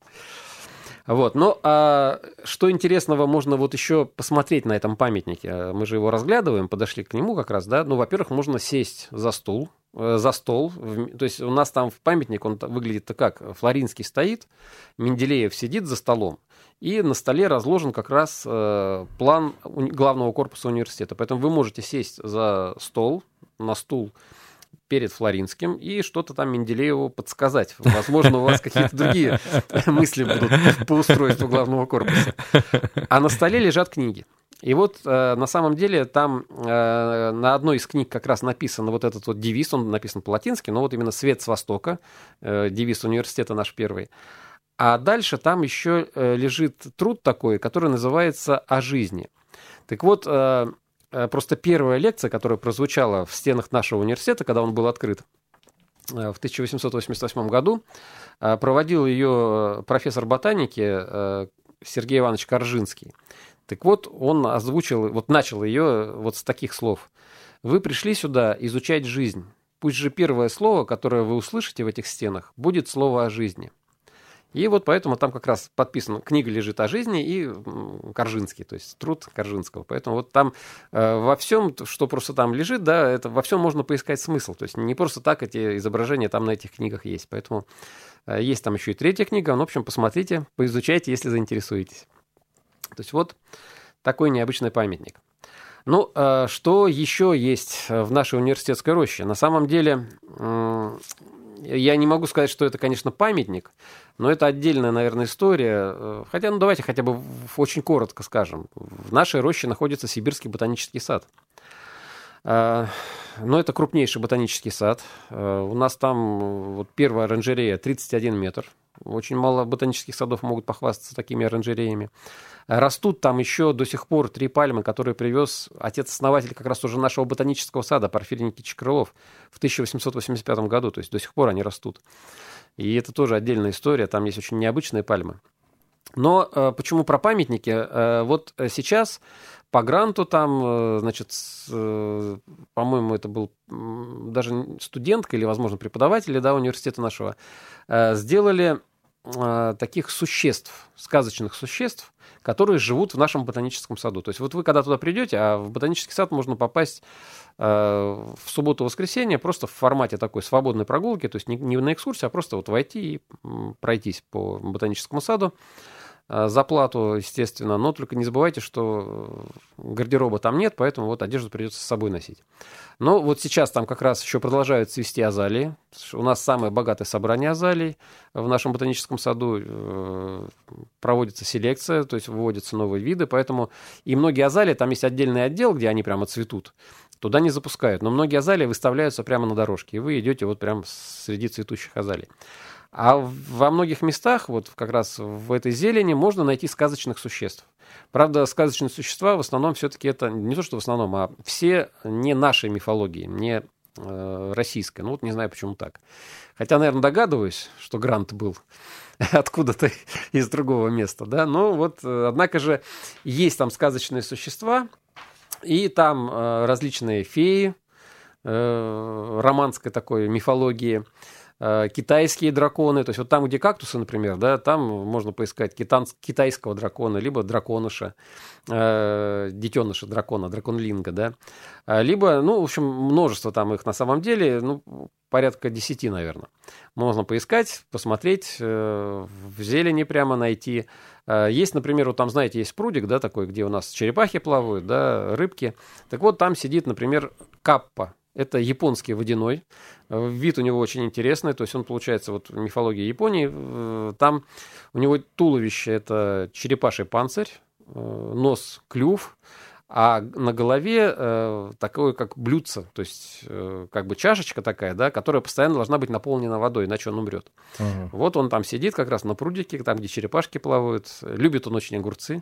А что интересного можно еще посмотреть на этом памятнике? Мы же его разглядываем, подошли к нему как раз, да? Во-первых, можно сесть за стол. То есть у нас там в памятник, он выглядит как? Флоринский стоит, Менделеев сидит за столом, и на столе разложен как раз план главного корпуса университета. Поэтому вы можете сесть за стол, на стул, перед Флоринским и что-то там Менделееву подсказать. Возможно, у вас какие-то другие мысли будут по устройству главного корпуса. А на столе лежат книги. И вот на самом деле там на одной из книг как раз написан вот этот вот девиз, он написан по-латински, но вот именно «Свет с востока», девиз университета наш первый. А дальше там еще лежит труд такой, который называется «О жизни». Так вот, просто первая лекция, которая прозвучала в стенах нашего университета, когда он был открыт в 1888 году, проводил ее профессор ботаники Сергей Иванович Коржинский. Так вот, он озвучил, вот начал ее вот с таких слов. «Вы пришли сюда изучать жизнь. Пусть же первое слово, которое вы услышите в этих стенах, будет слово о жизни». И вот поэтому там как раз подписано, книга лежит о жизни и Коржинский, то есть труд Коржинского. Поэтому вот там во всем, что просто там лежит, да, это во всем можно поискать смысл. То есть не просто так эти изображения там на этих книгах есть. Поэтому есть там еще и третья книга. Ну, в общем, посмотрите, поизучайте, если заинтересуетесь. То есть вот такой необычный памятник. Ну, что еще есть в нашей университетской роще? На самом деле, я не могу сказать, что это, конечно, памятник, но это отдельная, наверное, история. Хотя, ну, давайте хотя бы очень коротко скажем. В нашей роще находится Сибирский ботанический сад. Но это крупнейший ботанический сад. У нас там вот первая оранжерея 31 метр. Очень мало ботанических садов могут похвастаться такими оранжереями. Растут там еще до сих пор 3 пальмы, которые привез отец-основатель как раз уже нашего ботанического сада, Порфирий Никитич Крылов, в 1885 году. То есть до сих пор они растут. И это тоже отдельная история. Там есть очень необычные пальмы. Но почему про памятники? Вот сейчас по гранту там, значит, по-моему, это был даже студентка или, возможно, преподаватель, да, университета нашего, сделали таких существ, сказочных существ, которые живут в нашем ботаническом саду. То есть вот вы когда туда придете, а в ботанический сад можно попасть в субботу-воскресенье просто в формате такой свободной прогулки, то есть не на экскурсию, а просто вот войти и пройтись по ботаническому саду за плату, естественно, но только не забывайте, что гардероба там нет, поэтому вот одежду придется с собой носить. Но вот сейчас там как раз еще продолжают цвести азалии. У нас самое богатое собрание азалий в нашем ботаническом саду. Проводится селекция, то есть выводятся новые виды, поэтому и многие азалии, там есть отдельный отдел, где они прямо цветут, туда не запускают, но многие азалии выставляются прямо на дорожке, и вы идете вот прямо среди цветущих азалий. А во многих местах, вот как раз в этой зелени, можно найти сказочных существ. Правда, сказочные существа в основном все-таки это не то, что в основном, а все не нашей мифологии, не российской. Ну вот не знаю, почему так. Хотя, наверное, догадываюсь, что грант был откуда-то из другого места, да. Но вот, однако же, есть там сказочные существа, и там различные феи, романской такой мифологии, китайские драконы, то есть вот там, где кактусы, например, да, там можно поискать китайского дракона, либо драконыша, детеныша дракона, драконлинга, да, либо, ну, в общем, множество там их на самом деле, ну, порядка 10, наверное. Можно поискать, посмотреть, в зелени прямо найти. Есть, например, вот там, знаете, есть прудик, да, такой, где у нас черепахи плавают, да, рыбки. Так вот, там сидит, например, каппа. Это японский водяной. Вид у него очень интересный. То есть он, получается, вот в мифологии Японии, там у него туловище – это черепаший панцирь, нос – клюв, а на голове такое, как блюдце, то есть как бы чашечка такая, да, которая постоянно должна быть наполнена водой, иначе он умрет. Вот он там сидит как раз на прудике, там, где черепашки плавают. Любит он очень огурцы.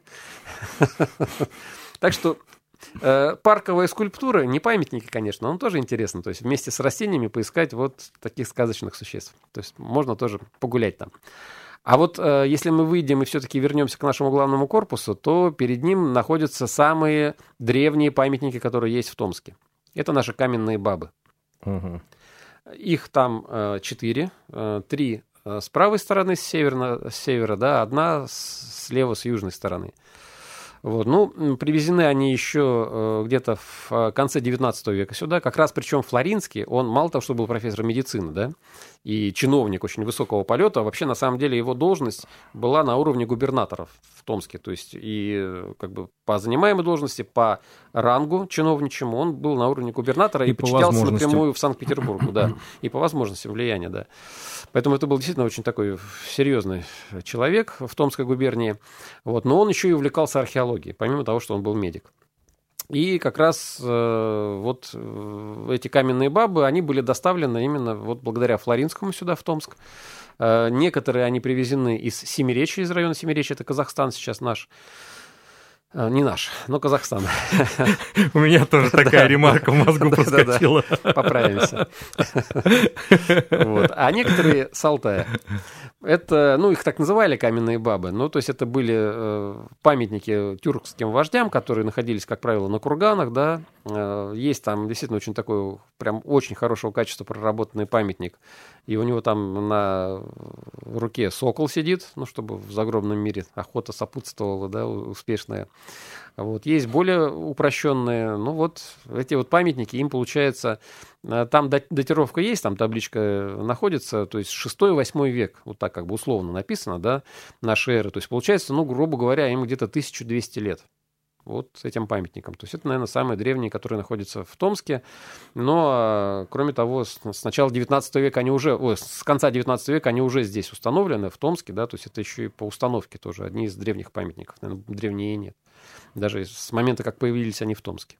Так что парковая скульптура, не памятники, конечно, но тоже интересно. То есть вместе с растениями поискать вот таких сказочных существ. То есть можно тоже погулять там. А вот если мы выйдем и все-таки вернемся к нашему главному корпусу, то перед ним находятся самые древние памятники, которые есть в Томске. Это наши каменные бабы. Их там 4. 3 с правой стороны, с севера, да, 1 слева, с южной стороны. Вот. Ну, привезены они еще где-то в конце 19 века сюда, как раз причем Флоринский, он мало того, что был профессором медицины, да, и чиновник очень высокого полета. Вообще, на самом деле, его должность была на уровне губернаторов в Томске. То есть, и как бы по занимаемой должности, по рангу чиновничьему он был на уровне губернатора и подчинялся напрямую в Санкт-Петербургу, да, и по возможности влияния, да. Поэтому это был действительно очень такой серьезный человек в Томской губернии. Вот. Но он еще и увлекался археологией, помимо того, что он был медик. И как раз вот эти каменные бабы, они были доставлены именно вот благодаря Флоринскому сюда, в Томск. Некоторые они привезены из Семиречья, из района Семиречья, это Казахстан сейчас наш. Не наш, но Казахстан. У меня тоже такая ремарка в мозгу проскочила. Поправимся. А некоторые с Алтая. Это, ну, их так называли каменные бабы. Ну, то есть это были памятники тюркским вождям, которые находились, как правило, на курганах, да. Есть там действительно очень такой, прям очень хорошего качества проработанный памятник. И у него там на руке сокол сидит, ну, чтобы в загробном мире охота сопутствовала, да, успешная. Вот. Есть более упрощенные, ну вот эти вот памятники, им получается, там датировка есть, там табличка находится, то есть 6-8 век, вот так как бы условно написано, да, нашей эры. То есть получается, ну, грубо говоря, им где-то 1200 лет. Вот с этим памятником. То есть это, наверное, самые древние, которые находятся в Томске. Но, кроме того, с начала 19 века они уже, с конца 19 века они уже здесь установлены, в Томске, да, то есть это еще и по установке тоже одни из древних памятников, наверное, древнее нет. Даже с момента, как появились они в Томске.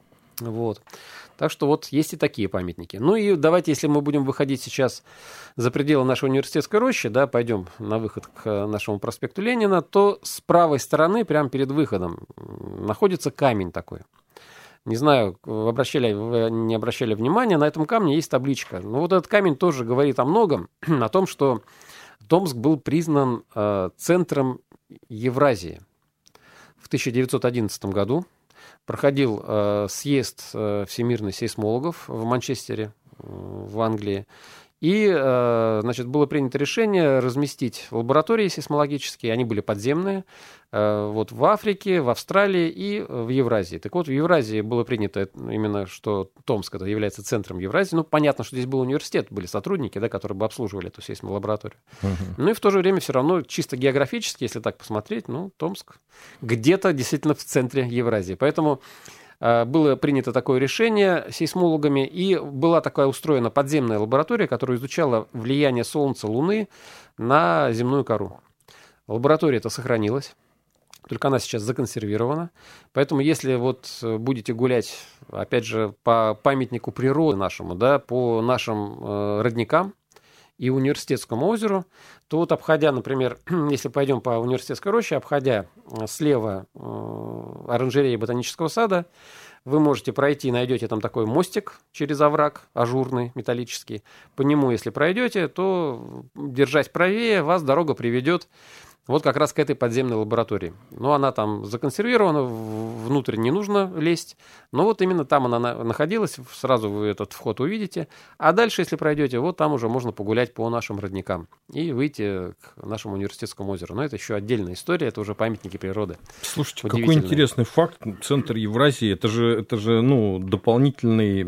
Вот. Так что вот есть и такие памятники. Ну и давайте, если мы будем выходить сейчас за пределы нашей университетской рощи, да, пойдем на выход к нашему проспекту Ленина, то с правой стороны, прямо перед выходом, находится камень такой. Не знаю, вы не обращали внимания, на этом камне есть табличка. Но вот этот камень тоже говорит о многом, о том, что Томск был признан центром Евразии. В 1911 году проходил съезд всемирных сейсмологов в Манчестере, в Англии. И, значит, было принято решение разместить лаборатории сейсмологические, они были подземные, вот в Африке, в Австралии и в Евразии. Так вот, в Евразии было принято именно, что Томск это является центром Евразии. Ну, понятно, что здесь был университет, были сотрудники, да, которые бы обслуживали эту сейсмолабораторию. Ну и в то же время все равно чисто географически, если так посмотреть, ну, Томск где-то действительно в центре Евразии. Поэтому было принято такое решение сейсмологами, и была такая устроена подземная лаборатория, которая изучала влияние Солнца, Луны на земную кору. Лаборатория эта сохранилась, только она сейчас законсервирована. Поэтому если вот будете гулять, опять же, по памятнику природы нашему, да, по нашим родникам и университетскому озеру, то вот обходя, например, если пойдем по университетской роще, обходя слева оранжереи ботанического сада, вы можете пройти, найдете там такой мостик через овраг, ажурный, металлический. По нему, если пройдете, то, держась правее, вас дорога приведет вот как раз к этой подземной лаборатории. Но она там законсервирована, внутрь не нужно лезть. Но вот именно там она находилась, сразу вы этот вход увидите. А дальше, если пройдете, вот там уже можно погулять по нашим родникам и выйти к нашему университетскому озеру. Но это еще отдельная история, это уже памятники природы. Слушайте, какой интересный факт. Центр Евразии, это же ну, дополнительный,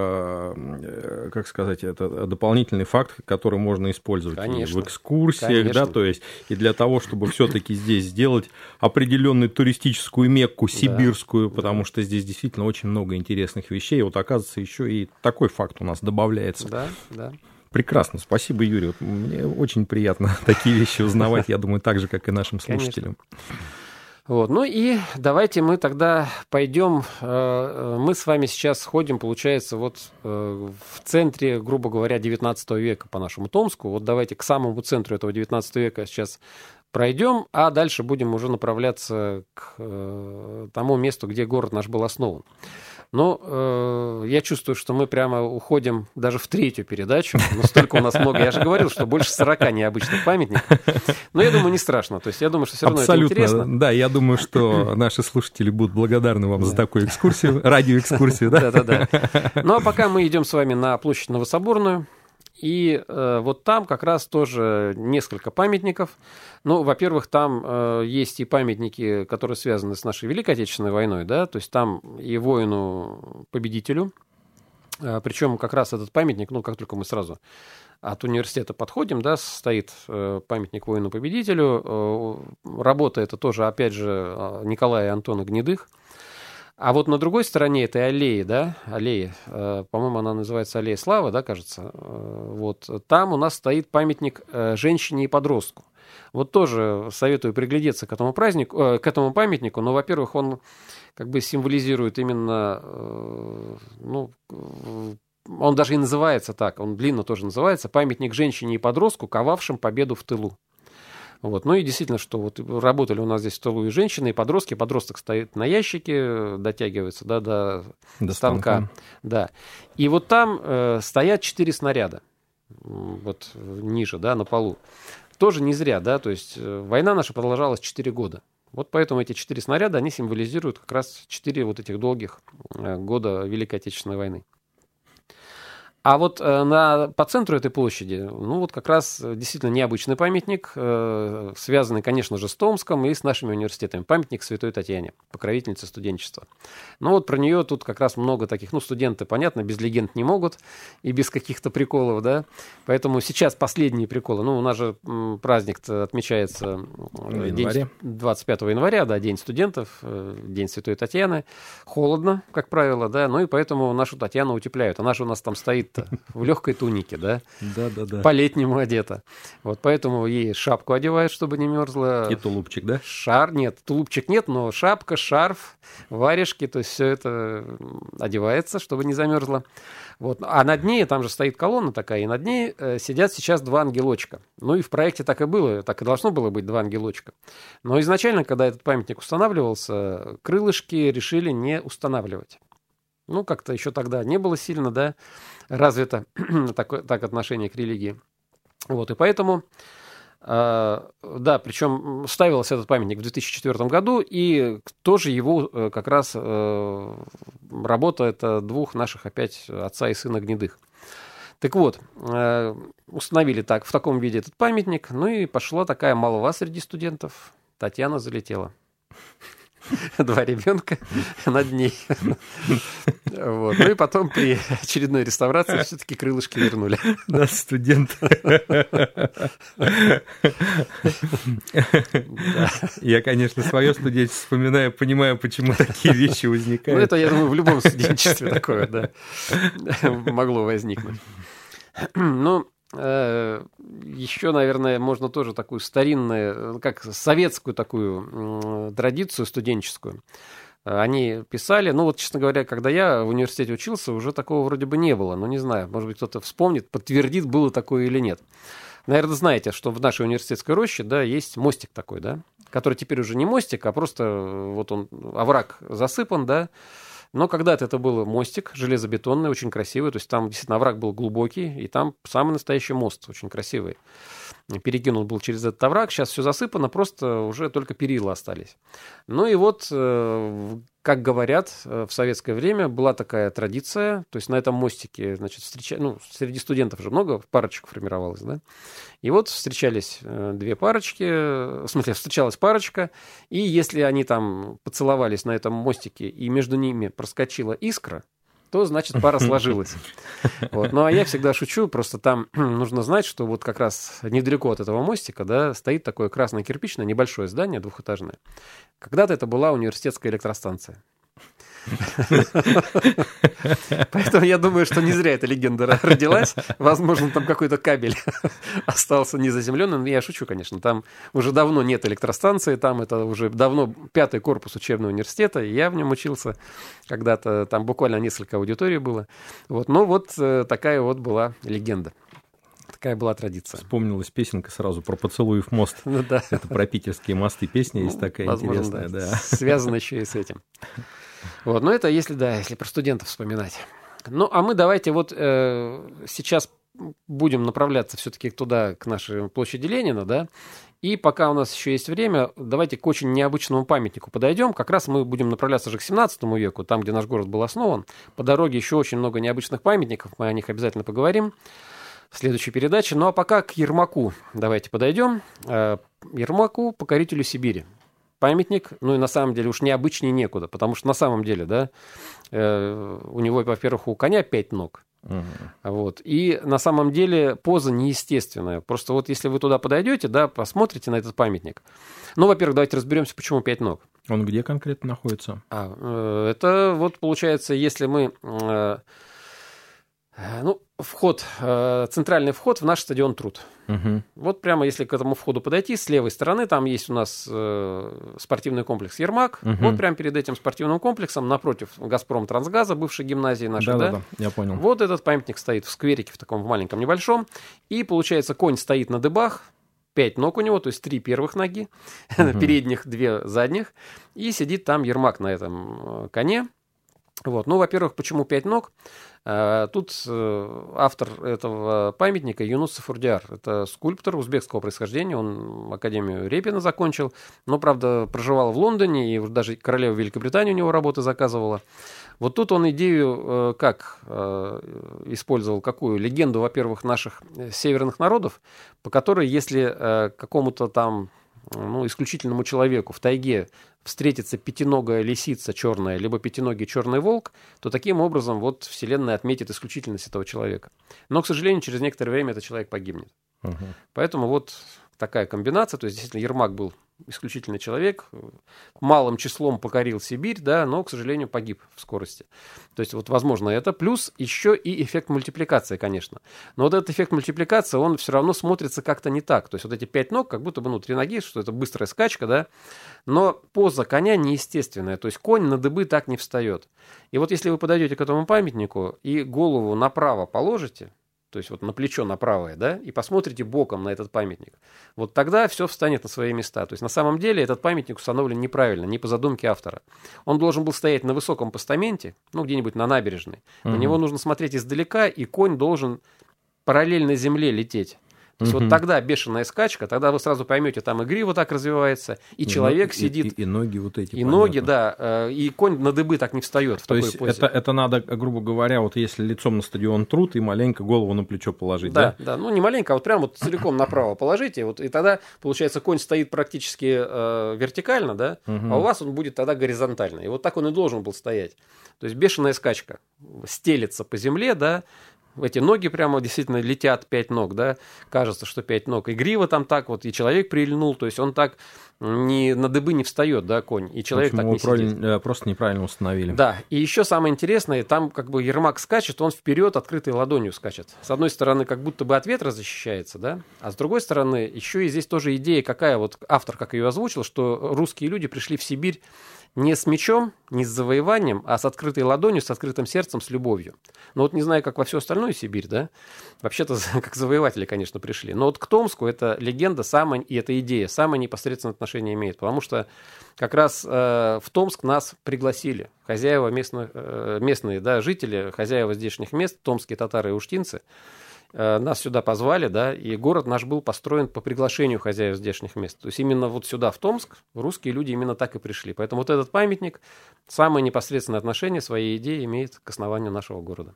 как сказать, это дополнительный факт, который можно использовать в экскурсиях, да, то есть и для того, чтобы все-таки здесь сделать определенную туристическую мекку сибирскую, потому что здесь действительно очень много интересных вещей. Вот, оказывается, еще и такой факт у нас добавляется. Да, да. Прекрасно, спасибо, Юрий. Вот мне очень приятно такие вещи узнавать, я думаю, так же, как и нашим слушателям. Вот. Ну и давайте мы тогда пойдем, мы с вами сейчас ходим, получается, вот в центре, грубо говоря, 19 века по нашему Томску. Вот давайте к самому центру этого 19 века сейчас пройдем, а дальше будем уже направляться к тому месту, где город наш был основан. Но я чувствую, что мы прямо уходим даже в третью передачу. Но столько у нас много. Я же говорил, что больше 40 необычных памятников. Но я думаю, не страшно. То есть я думаю, что все равно абсолютно, это интересно. Да, я думаю, что наши слушатели будут благодарны вам за такую экскурсию, радиоэкскурсию. Да. Ну а пока мы идем с вами на площадь Новособорную. И вот там как раз тоже несколько памятников. Ну, во-первых, там есть и памятники, которые связаны с нашей Великой Отечественной войной, да, то есть там и воину-победителю Причем как раз этот памятник, как только мы сразу от университета подходим, да, стоит памятник воину-победителю. Работа это тоже, опять же, Николая и Антона Гнедых. А вот на другой стороне этой аллеи, да, по-моему, она называется Аллея Славы, да, кажется, вот там у нас стоит памятник женщине и подростку. Вот тоже советую приглядеться к этому памятнику, но, во-первых, он как бы символизирует именно, он даже и называется так, он длинно тоже называется, памятник женщине и подростку, ковавшим победу в тылу. Вот. Ну и действительно, что вот работали у нас здесь в тылу и женщины, и подростки. Подросток стоит на ящике, дотягивается до станка. Да. И вот там стоят 4 снаряда, вот ниже, да, на полу. Тоже не зря, да, то есть война наша продолжалась 4 года. Вот поэтому эти 4 снаряда, они символизируют как раз 4 вот этих долгих года Великой Отечественной войны. А вот по центру этой площади, вот как раз действительно необычный памятник, связанный, конечно же, с Томском и с нашими университетами. Памятник Святой Татьяне, покровительнице студенчества. Вот про нее тут как раз много таких, студенты, понятно, без легенд не могут и без каких-то приколов, да. Поэтому сейчас последние приколы. У нас же праздник-то отмечается 25 января, да, День студентов, День Святой Татьяны. Холодно, как правило, да, и поэтому нашу Татьяну утепляют. Она же у нас там стоит в легкой тунике, да? Да. По-летнему одета. Вот поэтому ей шапку одевают, чтобы не мерзла. И тулупчик, да? Тулупчик нет, но шапка, шарф, варежки, то есть все это одевается, чтобы не замерзла. Вот. А над ней, там же стоит колонна такая, и над ней сидят сейчас 2 ангелочка. И в проекте так и было, так и должно было быть 2 ангелочка. Но изначально, когда этот памятник устанавливался, крылышки решили не устанавливать. Как-то еще тогда не было сильно, да, развито так отношение к религии. Вот, и поэтому, причем ставился этот памятник в 2004 году, и тоже его как раз работа это 2 наших опять отца и сына Гнедых. Так вот, установили в таком виде этот памятник, и пошла такая молва среди студентов. Татьяна залетела. 2 ребенка над ней. Вот. И потом при очередной реставрации все-таки крылышки вернули. Да, студент. Я, конечно, свое студенчество вспоминаю, понимаю, почему такие вещи возникают. Это, я думаю, в любом студенчестве такое, да, могло возникнуть. Еще, наверное, можно тоже такую старинную, как советскую такую традицию студенческую. Они писали, честно говоря, когда я в университете учился, уже такого вроде бы не было. Не знаю, может быть, кто-то вспомнит, подтвердит, было такое или нет. Наверное, знаете, что в нашей университетской роще, да, есть мостик такой, да, который теперь уже не мостик, а просто вот он, овраг засыпан, да. Но когда-то это был мостик железобетонный, очень красивый. То есть там действительно овраг был глубокий, и там самый настоящий мост, очень красивый. Перекинут был через этот овраг. Сейчас все засыпано, просто уже только перила остались. И вот, как говорят, в советское время была такая традиция. То есть на этом мостике, значит, среди студентов же много парочек формировалось, да? И вот встречались 2 парочки, в смысле, встречалась парочка, и если они там поцеловались на этом мостике, и между ними проскочила искра, то, значит, пара сложилась. Вот. А я всегда шучу, просто там нужно знать, что вот как раз недалеко от этого мостика, да, стоит такое красное кирпичное небольшое здание, 2-этажное. Когда-то это была университетская электростанция. Поэтому я думаю, что не зря эта легенда родилась. Возможно, там какой-то кабель остался незаземленным. Я шучу, конечно. Там уже давно нет электростанции. Там это уже давно 5-й корпус учебного университета. Я в нем учился когда-то. Там буквально несколько аудиторий было. Вот. Но вот такая вот была легенда. Такая была традиция. Вспомнилась песенка сразу про «Поцелуев мост». Да. Это про питерские мосты песня есть такая интересная. Да. Связана еще и с этим. Вот, это если про студентов вспоминать. А мы давайте вот сейчас будем направляться все-таки туда, к нашей площади Ленина, да, и пока у нас еще есть время, давайте к очень необычному памятнику подойдем. Как раз мы будем направляться же к 17 веку, там, где наш город был основан. По дороге еще очень много необычных памятников, мы о них обязательно поговорим в следующей передаче. А пока к Ермаку давайте подойдем. Ермаку, покорителю Сибири. памятник, ну и на самом деле уж необычнее некуда, потому что на самом деле, да, у него, во-первых, у коня 5 ног. Вот. И на самом деле поза неестественная. Просто вот если вы туда подойдете, да, посмотрите на этот памятник. Ну, во-первых, давайте разберемся, почему 5 ног. Он где конкретно находится? Это вот получается, если мы... центральный вход в наш стадион Труд. Вот прямо если к этому входу подойти, с левой стороны, там есть у нас спортивный комплекс «Ермак». Вот прямо перед этим спортивным комплексом, напротив «Газпром-Трансгаза», бывшей гимназии нашей, да, я понял. Вот этот памятник стоит в скверике, в таком маленьком небольшом. И, получается, конь стоит на дыбах, 5 ног у него, то есть 3 первых ноги, передних, 2 задних. И сидит там Ермак на этом коне. Вот. Ну, во-первых, почему 5 ног? Тут автор этого памятника Юнус Сафурдиар. Это скульптор узбекского происхождения. Он Академию Репина закончил, но, правда, проживал в Лондоне, и даже королева Великобритании у него работы заказывала. Вот тут он идею как использовал, какую? Легенду, во-первых, наших северных народов, по которой, если какому-то там исключительному человеку в тайге встретится пятиногая лисица черная, либо пятиногий черный волк, то таким образом вот Вселенная отметит исключительность этого человека. Но, к сожалению, через некоторое время этот человек погибнет. Поэтому вот такая комбинация. То есть, действительно, Ермак был исключительный человек, малым числом покорил Сибирь, да, но, к сожалению, погиб в скорости. То есть, вот, возможно, это. Плюс еще и эффект мультипликации, конечно. Но вот этот эффект мультипликации, он все равно смотрится как-то не так. То есть, вот эти 5 ног, как будто бы, 3 ноги, что это быстрая скачка, да, но поза коня неестественная. То есть, конь на дыбы так не встает. И вот если вы подойдете к этому памятнику и голову направо положите, то есть вот на плечо на правое, да, и посмотрите боком на этот памятник, вот тогда все встанет на свои места. То есть на самом деле этот памятник установлен неправильно, не по задумке автора. Он должен был стоять на высоком постаменте, где-нибудь на набережной. На него нужно смотреть издалека, и конь должен параллельно земле лететь. То есть вот тогда бешеная скачка, тогда вы сразу поймете, там и грива так развивается, и человек сидит... И ноги вот эти. И ноги, да, и конь на дыбы так не встает в такой позе. То есть это надо, грубо говоря, вот если лицом на стадион Труд, и маленько голову на плечо положить, да? Да, не маленько, а вот прям вот целиком направо положите, вот, и тогда, получается, конь стоит практически вертикально, да, а у вас он будет тогда горизонтально. И вот так он и должен был стоять. То есть бешеная скачка, стелется по земле, да, эти ноги прямо действительно летят, 5 ног, да, кажется, что 5 ног. И грива там так вот, и человек прильнул, то есть он так на дыбы не встает, да, конь, и человек так не сидит. Просто неправильно установили. Да, и еще самое интересное, там как бы Ермак скачет, он вперед открытой ладонью скачет. С одной стороны, как будто бы от ветра защищается, да, а с другой стороны, еще и здесь тоже идея какая, вот автор как ее озвучил, что русские люди пришли в Сибирь не с мечом, не с завоеванием, а с открытой ладонью, с открытым сердцем, с любовью. Но вот не знаю, как во всю остальную Сибирь, да, вообще-то как завоеватели, конечно, пришли. Но вот к Томску эта легенда, и эта идея самое непосредственное отношение имеет, потому что как раз в Томск нас пригласили хозяева местные, да, жители, хозяева здешних мест, томские татары и уштинцы, нас сюда позвали, да, и город наш был построен по приглашению хозяев здешних мест. То есть именно вот сюда, в Томск, русские люди именно так и пришли. Поэтому вот этот памятник самое непосредственное отношение своей идеи имеет к основанию нашего города.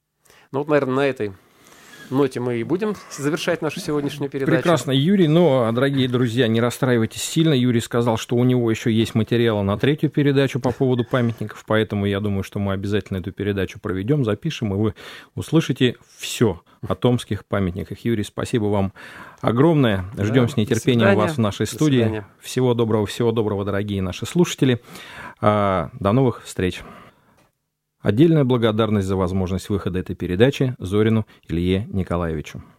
Ну вот, наверное, на этой ноте мы и будем завершать нашу сегодняшнюю передачу. Прекрасно, Юрий. Но, дорогие друзья, не расстраивайтесь сильно. Юрий сказал, что у него еще есть материалы на 3-ю передачу по поводу памятников, поэтому я думаю, что мы обязательно эту передачу проведем, запишем, и вы услышите все о томских памятниках. Юрий, спасибо вам огромное. Ждем с нетерпением вас в нашей студии. Всего доброго, дорогие наши слушатели. До новых встреч. Отдельная благодарность за возможность выхода этой передачи Зорину Илье Николаевичу.